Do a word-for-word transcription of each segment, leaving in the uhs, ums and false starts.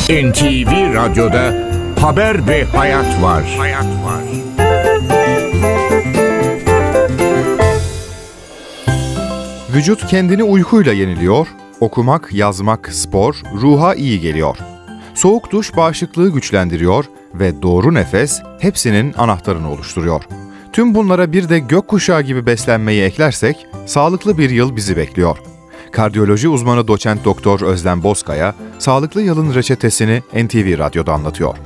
N T V Radyo'da haber ve hayat var. Hayat var. Vücut kendini uykuyla yeniliyor, okumak, yazmak, spor, ruha iyi geliyor. Soğuk duş bağışıklığı güçlendiriyor ve doğru nefes hepsinin anahtarını oluşturuyor. Tüm bunlara bir de gökkuşağı gibi beslenmeyi eklersek, sağlıklı bir yıl bizi bekliyor. Kardiyoloji uzmanı doçent doktor Özlem Bozkaya, sağlıklı yılın reçetesini N T V Radyo'da anlatıyor.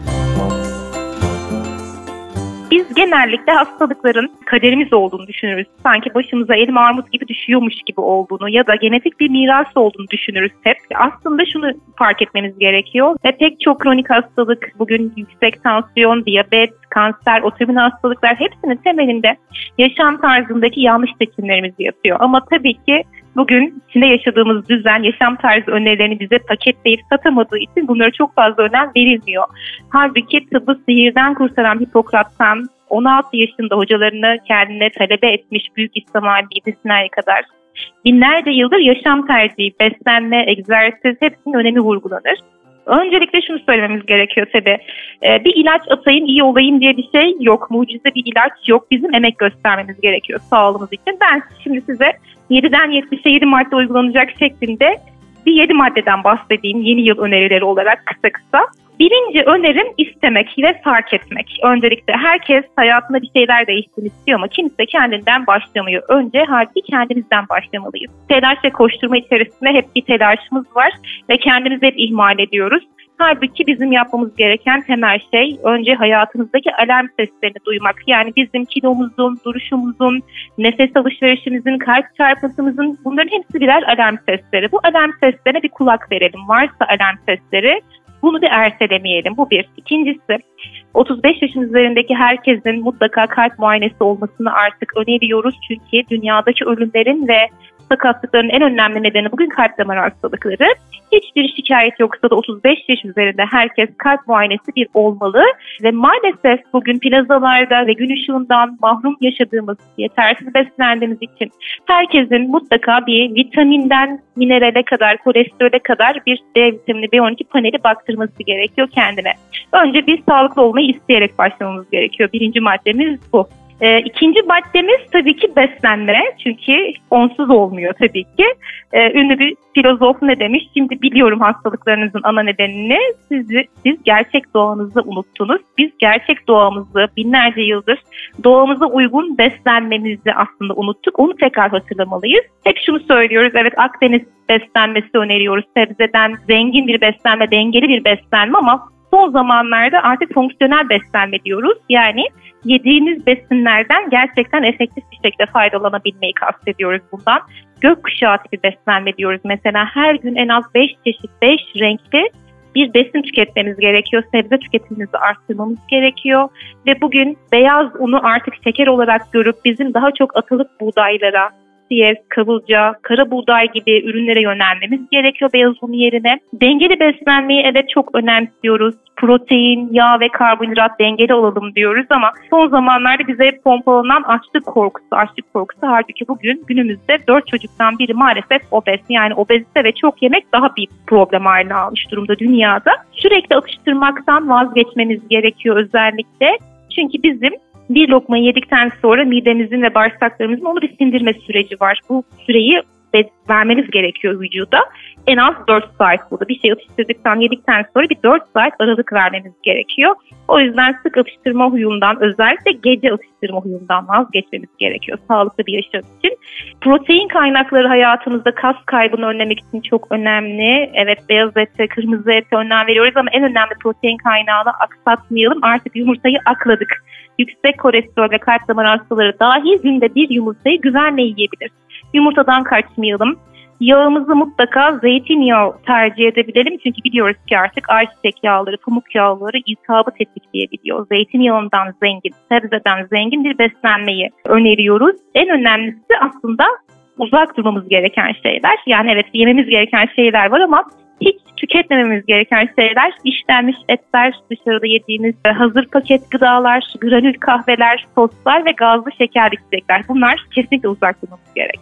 Biz genellikle hastalıkların kaderimiz olduğunu düşünürüz. Sanki başımıza elim armut gibi düşüyormuş gibi olduğunu ya da genetik bir miras olduğunu düşünürüz hep. Aslında şunu fark etmemiz gerekiyor. Ve pek çok kronik hastalık, bugün yüksek tansiyon, diyabet, kanser, otoimmün hastalıklar hepsinin temelinde yaşam tarzındaki yanlış seçimlerimiz yatıyor. Ama tabii ki bugün içinde yaşadığımız düzen, yaşam tarzı önerilerini bize paketleyip satamadığı için bunlara çok fazla önem verilmiyor. Halbuki tıbbı sihirden kurtaran Hipokrat'tan on altı yaşında hocalarını kendine talebe etmiş Büyük İslam alimi İbn Sina'ya kadar binlerce yıldır yaşam tercihi, beslenme, egzersiz hepsinin önemi vurgulanır. Öncelikle şunu söylememiz gerekiyor tabii. Ee, bir ilaç atayım, iyi olayım diye bir şey yok. Mucize bir ilaç yok. Bizim emek göstermemiz gerekiyor sağlığımız için. Ben şimdi size yediden yetmişe yedi madde uygulanacak şeklinde bir yedi maddeden bahsedeyim yeni yıl önerileri olarak kısa kısa. Birinci önerim istemek ve fark etmek. Öncelikle herkes hayatında bir şeyler değişsin istiyor ama kimse kendinden başlamıyor. Önce halbuki kendimizden başlamalıyız. Telaş ve koşturma içerisinde hep bir telaşımız var ve kendimizi hep ihmal ediyoruz. Halbuki bizim yapmamız gereken temel şey önce hayatımızdaki alarm seslerini duymak. Yani bizim kilomuzun, duruşumuzun, nefes alışverişimizin, kalp çarpıntımızın bunların hepsi birer alarm sesleri. Bu alarm seslerine bir kulak verelim. Varsa alarm sesleri bunu bir ertelemeyelim. Bu bir. İkincisi, otuz beş yaşın üzerindeki herkesin mutlaka kalp muayenesi olmasını artık öneriyoruz. Çünkü dünyadaki ölümlerin ve sakatlıkların en önemli nedeni bugün kalp damar hastalıkları. Hiçbir şikayet yoksa da otuz beş yaş üzerinde herkes kalp muayenesi bir olmalı. Ve maalesef bugün plazalarda ve gün ışığından mahrum yaşadığımız, yetersiz beslendiğimiz için herkesin mutlaka bir vitaminden minerale kadar, kolesterole kadar bir D vitamini B on iki paneli baktırması gerekiyor kendine. Önce biz sağlıklı olmayı isteyerek başlamamız gerekiyor. Birinci maddemiz bu. Ee, ikinci maddemiz tabii ki beslenme. Çünkü onsuz olmuyor tabii ki. Ee, ünlü bir filozof ne demiş? Şimdi biliyorum hastalıklarınızın ana nedenini. Sizi, siz gerçek doğanızı unuttunuz. Biz gerçek doğamızı binlerce yıldır doğamıza uygun beslenmemizi aslında unuttuk. Onu tekrar hatırlamalıyız. Hep şunu söylüyoruz. Evet, Akdeniz beslenmesi öneriyoruz. Sebzeden zengin bir beslenme, dengeli bir beslenme ama son zamanlarda artık fonksiyonel beslenme diyoruz. Yani yediğiniz besinlerden gerçekten efektif bir şekilde faydalanabilmeyi kastediyoruz bundan. Gökkuşağı tipi beslenme diyoruz. Mesela her gün en az beş çeşit, beş renkli bir besin tüketmemiz gerekiyor. Sebze tüketimimizi arttırmamız gerekiyor. Ve bugün beyaz unu artık şeker olarak görüp bizim daha çok atılık buğdaylara, siyez, kavulca, kara buğday gibi ürünlere yönelmemiz gerekiyor beyaz un yerine. Dengeli beslenmeyi evet çok önemsiyoruz. Protein, yağ ve karbonhidrat dengeli olalım diyoruz ama son zamanlarda bize pompalanan açlık korkusu, açlık korkusu halbuki bugün günümüzde dört çocuktan biri maalesef obez. Yani obezite ve çok yemek daha bir problem haline almış durumda dünyada. Sürekli atıştırmaktan vazgeçmemiz gerekiyor özellikle. Çünkü bizim bir lokmayı yedikten sonra midemizin ve bağırsaklarımızın onu bir sindirme süreci var. Bu süreyi vermeniz gerekiyor vücuda. En az dört saat burada. Bir şey atıştırdıktan, yedikten sonra bir dört saat aralık vermemiz gerekiyor. O yüzden sık atıştırma huyundan, özellikle gece atıştırma huyundan vazgeçmemiz gerekiyor sağlıklı bir yaşam için. Protein kaynakları hayatımızda kas kaybını önlemek için çok önemli. Evet, beyaz ete, kırmızı ete önem veriyoruz ama en önemli protein kaynağını aksatmayalım. Artık yumurtayı akladık. Yüksek kolesterol ve kalp damar hastaları dahil günde bir yumurtayı güvenle yiyebilir. Yumurtadan kaçmayalım. Yağımızı mutlaka zeytinyağı tercih edebilelim. Çünkü biliyoruz ki artık ayçiçek yağları, pamuk yağları iltihabı tetikleyebiliyor. Zeytinyağından zengin, sebzeden zengin bir beslenmeyi öneriyoruz. En önemlisi aslında uzak durmamız gereken şeyler. Yani evet, yememiz gereken şeyler var ama hiç tüketmememiz gereken şeyler işlenmiş etler, dışarıda yediğimiz hazır paket gıdalar, granül kahveler, soslar ve gazlı şekerli içecekler. Bunlar kesinlikle uzak durmamız gereken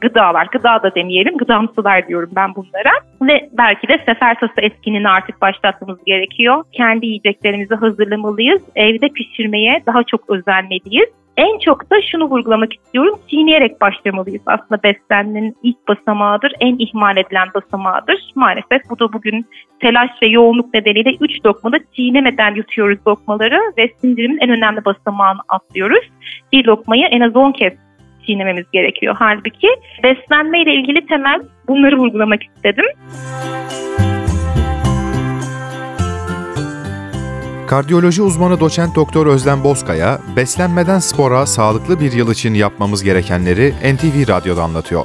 gıdalar, gıda da demeyelim, gıdamsılar diyorum ben bunlara. Ve belki de sefer tası etkinliğini artık başlatmamız gerekiyor. Kendi yiyeceklerimizi hazırlamalıyız. Evde pişirmeye daha çok özenmeliyiz. En çok da şunu vurgulamak istiyorum. Çiğneyerek başlamalıyız. Aslında beslenmenin ilk basamağıdır. En ihmal edilen basamağıdır. Maalesef bu da bugün telaş ve yoğunluk nedeniyle üç lokmada çiğnemeden yutuyoruz lokmaları ve sindirimin en önemli basamağını atlıyoruz. Bir lokmayı en az on kez çiğnememiz gerekiyor. Halbuki beslenme ile ilgili temel bunları vurgulamak istedim. Kardiyoloji uzmanı doçent doktor Özlem Bozkaya, beslenmeden spora sağlıklı bir yıl için yapmamız gerekenleri N T V Radyo'da anlatıyor.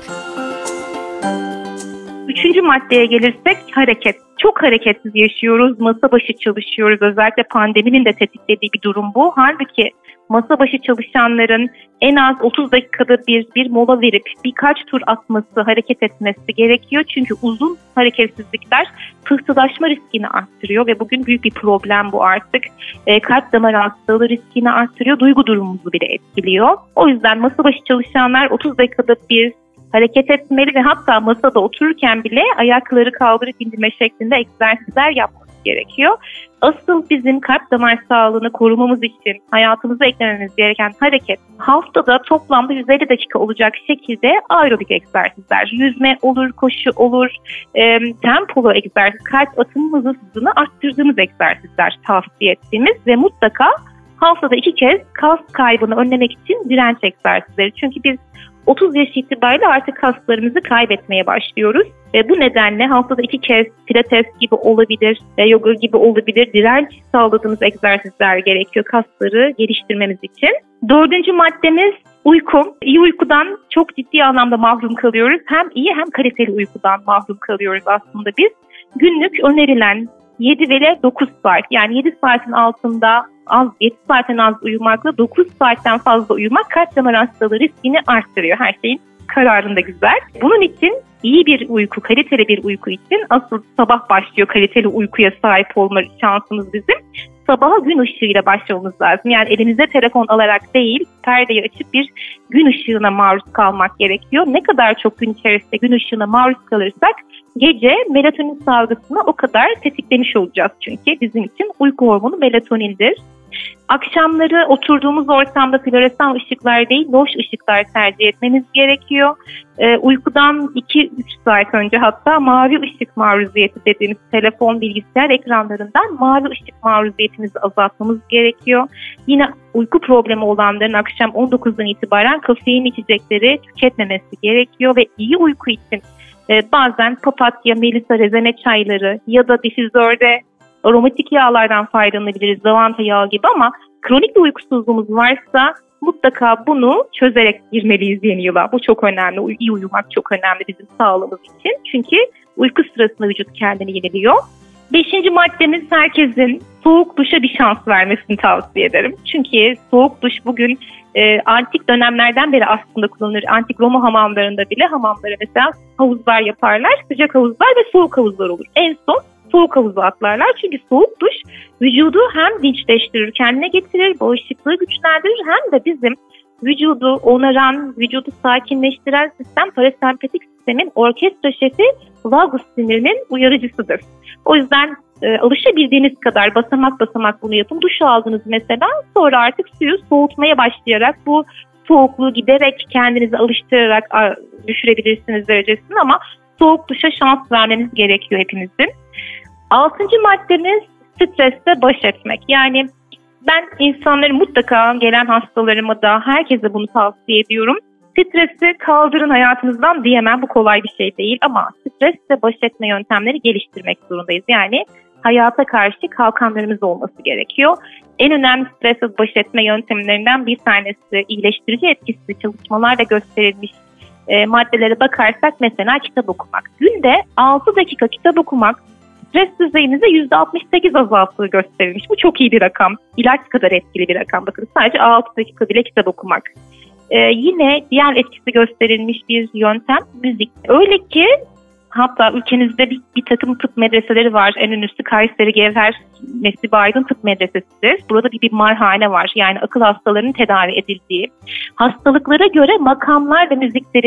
Üçüncü maddeye gelirsek hareket. Çok hareketsiz yaşıyoruz, masa başı çalışıyoruz. Özellikle pandeminin de tetiklediği bir durum bu. Halbuki masa başı çalışanların en az otuz dakikada bir bir mola verip birkaç tur atması, hareket etmesi gerekiyor. Çünkü uzun hareketsizlikler pıhtılaşma riskini arttırıyor ve bugün büyük bir problem bu artık. E, kalp damar hastalığı riskini arttırıyor, duygu durumumuzu bile etkiliyor. O yüzden masa başı çalışanlar otuz dakikada bir hareket etmeli ve hatta masada otururken bile ayakları kaldırıp indirme şeklinde egzersizler yapması gerekiyor. Asıl bizim kalp damar sağlığını korumamız için hayatımıza eklememiz gereken hareket haftada toplamda yüz elli dakika olacak şekilde aerobik egzersizler. Yüzme olur, koşu olur, e, tempolu egzersiz, kalp atım hızını arttırdığımız egzersizler tavsiye ettiğimiz ve mutlaka haftada iki kez kas kaybını önlemek için direnç egzersizleri. Çünkü biz otuz yaş itibariyle artık kaslarımızı kaybetmeye başlıyoruz. Ve bu nedenle haftada iki kez pilates gibi olabilir, yoga gibi olabilir, direnç sağladığımız egzersizler gerekiyor kasları geliştirmemiz için. Dördüncü maddemiz uyku. İyi uykudan çok ciddi anlamda mahrum kalıyoruz. Hem iyi hem kaliteli uykudan mahrum kalıyoruz aslında biz. Günlük önerilen yedi ve dokuz saat, yani yedi saatin altında az, yedi saatten az uyumakla dokuz saatten fazla uyumak kalp damar hastalığı riskini arttırıyor. Her şeyin kararında güzel. Bunun için iyi bir uyku, kaliteli bir uyku için asıl sabah başlıyor kaliteli uykuya sahip olma şansımız bizim. Sabaha gün ışığıyla başlamamız lazım. Yani elimize telefon alarak değil, perdeyi açıp bir gün ışığına maruz kalmak gerekiyor. Ne kadar çok gün içerisinde gün ışığına maruz kalırsak gece melatonin salgısını o kadar tetiklemiş olacağız. Çünkü bizim için uyku hormonu melatonindir. Akşamları oturduğumuz ortamda floresan ışıklar değil, loş ışıklar tercih etmemiz gerekiyor. Ee, uykudan iki üç saat önce hatta mavi ışık maruziyeti dediğimiz telefon, bilgisayar ekranlarından mavi ışık maruziyetimizi azaltmamız gerekiyor. Yine uyku problemi olanların akşam on dokuzdan itibaren kafein içecekleri tüketmemesi gerekiyor ve iyi uyku için e, bazen papatya, melisa, rezene çayları ya da difüzörde aromatik yağlardan faydalanabiliriz, lavanta yağı gibi, ama kronik bir uykusuzluğumuz varsa mutlaka bunu çözerek girmeliyiz yeni yıla. Bu çok önemli. İyi uyumak çok önemli bizim sağlığımız için. Çünkü uyku sırasında vücut kendini yeniliyor. Beşinci maddemiz herkesin soğuk duşa bir şans vermesini tavsiye ederim. Çünkü soğuk duş bugün e, antik dönemlerden beri aslında kullanılır. Antik Roma hamamlarında bile hamamlara mesela havuzlar yaparlar. Sıcak havuzlar ve soğuk havuzlar olur. En son soğuk havuza atlarlar. Çünkü soğuk duş vücudu hem dinçleştirir, kendine getirir, bağışıklığı güçlendirir, hem de bizim vücudu onaran, vücudu sakinleştiren sistem parasempatik sistemin orkestra şefi vagus sinirinin uyarıcısıdır. O yüzden e, alışabildiğiniz kadar basamak basamak bunu yapın. Duş aldınız mesela, sonra artık suyu soğutmaya başlayarak bu soğukluğu giderek kendinizi alıştırarak a, düşürebilirsiniz derecesini, ama soğuk duşa şans vermemiz gerekiyor hepimizin. Altıncı maddemiz stresle baş etmek. Yani ben insanların mutlaka gelen hastalarıma da herkese bunu tavsiye ediyorum. Stresi kaldırın hayatınızdan diyemem, bu kolay bir şey değil, ama stresle baş etme yöntemleri geliştirmek zorundayız. Yani hayata karşı kalkanlarımız olması gerekiyor. En önemli stresle baş etme yöntemlerinden bir tanesi iyileştirici etkisi çalışmalarla gösterilmiş e, maddelere bakarsak mesela kitap okumak. Günde altı dakika kitap okumak stres düzeyinize yüzde altmış sekiz azalttığı gösterilmiş. Bu çok iyi bir rakam. İlaç kadar etkili bir rakam. Bakın sadece altı dakika bile kitap okumak. Ee, yine diğer etkisi gösterilmiş bir yöntem müzik. Öyle ki hatta ülkemizde bir, bir takım tıp medreseleri var. En ünlüsü Kayseri Gevher Mesih Aydın Tıp Medresesi'dir. Burada bir bimarhane var. Yani akıl hastalarının tedavi edildiği. Hastalıklara göre makamlar ve müziklerin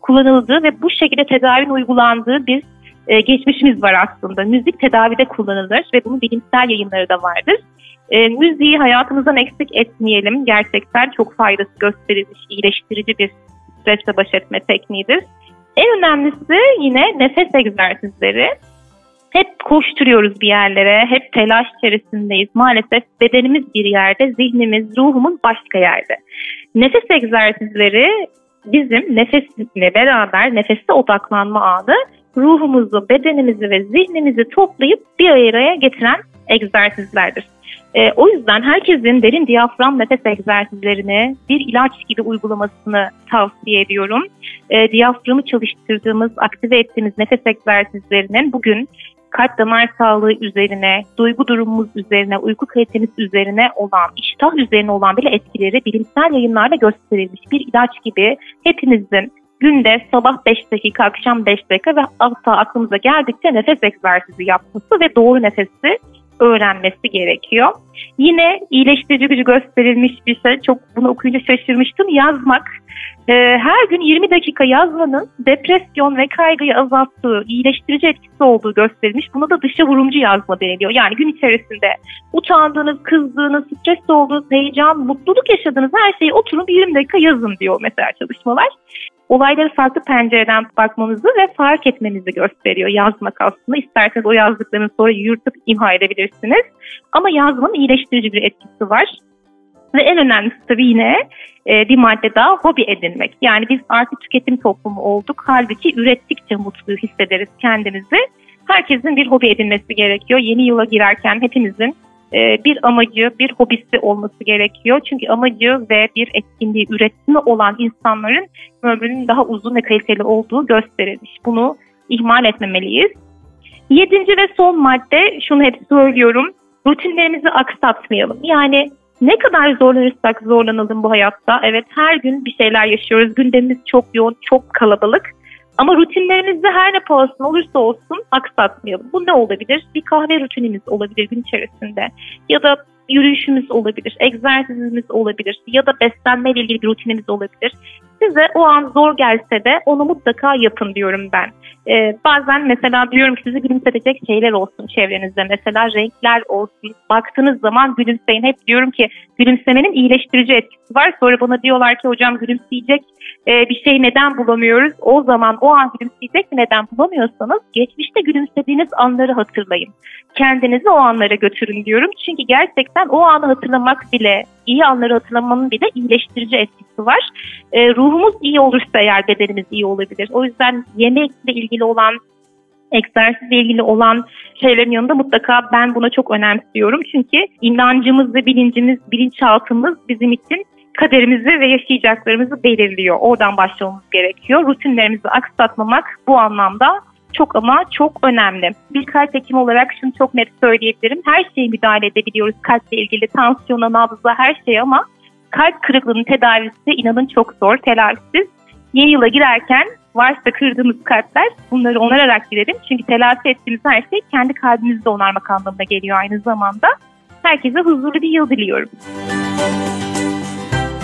kullanıldığı ve bu şekilde tedavinin uygulandığı bir e, geçmişimiz var aslında. Müzik tedavide kullanılır ve bunun bilimsel yayınları da vardır. E, müziği hayatımızdan eksik etmeyelim. Gerçekten çok faydası gösterilmiş, iyileştirici bir stresle baş etme tekniğidir. En önemlisi yine nefes egzersizleri. Hep koşturuyoruz bir yerlere, hep telaş içerisindeyiz. Maalesef bedenimiz bir yerde, zihnimiz, ruhumuz başka yerde. Nefes egzersizleri bizim nefesle beraber nefeste odaklanma anı, ruhumuzu, bedenimizi ve zihnimizi toplayıp bir araya getiren egzersizlerdir. E, o yüzden herkesin derin diyafram nefes egzersizlerini bir ilaç gibi uygulamasını tavsiye ediyorum. E, diyaframı çalıştırdığımız, aktive ettiğimiz nefes egzersizlerinin bugün kalp damar sağlığı üzerine, duygu durumumuz üzerine, uyku kalitemiz üzerine olan, iştah üzerine olan bile etkileri bilimsel yayınlarla gösterilmiş bir ilaç gibi hepimizin günde sabah beş dakika, akşam beş dakika ve hatta aklımıza geldikçe nefes egzersizi yapması ve doğru nefesi öğrenmesi gerekiyor. Yine iyileştirici gücü gösterilmiş bir şey, çok bunu okuyunca şaşırmıştım, yazmak. Ee, her gün yirmi dakika yazmanın depresyon ve kaygıyı azalttığı, iyileştirici etkisi olduğu gösterilmiş. Buna da dışa vurumcu yazma deniliyor. Yani gün içerisinde utandığınız, kızdığınız, stresli olduğunuz, heyecan, mutluluk yaşadığınız her şeyi oturun bir yirmi dakika yazın diyor mesela çalışmalar. Olayları farklı pencereden bakmamızı ve fark etmemizi gösteriyor yazmak aslında. İsterseniz o yazdıklarını sonra yırtıp imha edebilirsiniz. Ama yazmanın iyileştirici bir etkisi var. Ve en önemlisi tabii yine e, bir madde daha, hobi edinmek. Yani biz artık tüketim toplumu olduk. Halbuki ürettikçe mutlu hissederiz kendimizi. Herkesin bir hobi edinmesi gerekiyor. Yeni yıla girerken hepimizin e, bir amacı, bir hobisi olması gerekiyor. Çünkü amacı ve bir etkinliği, üretimi olan insanların ömrünün daha uzun ve kaliteli olduğu gösterilmiş. Bunu ihmal etmemeliyiz. Yedinci ve son madde, şunu hep söylüyorum. Rutinlerimizi aksatmayalım. Yani ne kadar zorlanırsak zorlanalım bu hayatta. Evet, her gün bir şeyler yaşıyoruz. Gündemimiz çok yoğun, çok kalabalık. Ama rutinlerimizi her ne pahasına olursa olsun aksatmayalım. Bu ne olabilir? Bir kahve rutinimiz olabilir gün içerisinde. Ya da yürüyüşümüz olabilir, egzersizimiz olabilir ya da beslenmeyle ilgili bir rutinimiz olabilir. Size o an zor gelse de onu mutlaka yapın diyorum ben. Ee, bazen mesela diyorum ki sizi gülümsetecek şeyler olsun çevrenizde. Mesela renkler olsun. Baktığınız zaman gülümseyin. Hep diyorum ki gülümsemenin iyileştirici etkisi var. Sonra bana diyorlar ki hocam gülümseyecek e, bir şey neden bulamıyoruz? O zaman o an gülümseyecek bir neden bulamıyorsanız geçmişte gülümsediğiniz anları hatırlayın. Kendinizi o anlara götürün diyorum. Çünkü gerçekten o anı hatırlamak bile, iyi anları hatırlamanın bile iyileştirici etkisi var. E, ruhumuz iyi olursa eğer bedenimiz iyi olabilir. O yüzden yemekle ilgili olan, egzersizle ilgili olan şeylerin yanında mutlaka ben buna çok önemsiyorum. Çünkü inancımız ve bilincimiz, bilinçaltımız bizim için kaderimizi ve yaşayacaklarımızı belirliyor. Oradan başlamamız gerekiyor. Rutinlerimizi aksatmamak bu anlamda çok ama çok önemli. Bir kalp hekimi olarak şunu çok net söyleyebilirim. Her şeye müdahale edebiliyoruz. Kalple ilgili, tansiyona, nabza, her şey, ama kalp kırıklığının tedavisi inanın çok zor, telafisiz. Yeni yıla girerken varsa kırdığımız kalpler, bunları onararak girelim. Çünkü telafi ettiğimiz her şey kendi kalbimizde onarmak anlamına geliyor aynı zamanda. Herkese huzurlu bir yıl diliyorum.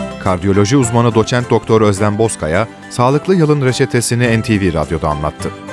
Kardiyoloji uzmanı doçent doktor Özlem Bozkaya, sağlıklı yılın reçetesini N T V Radyo'da anlattı.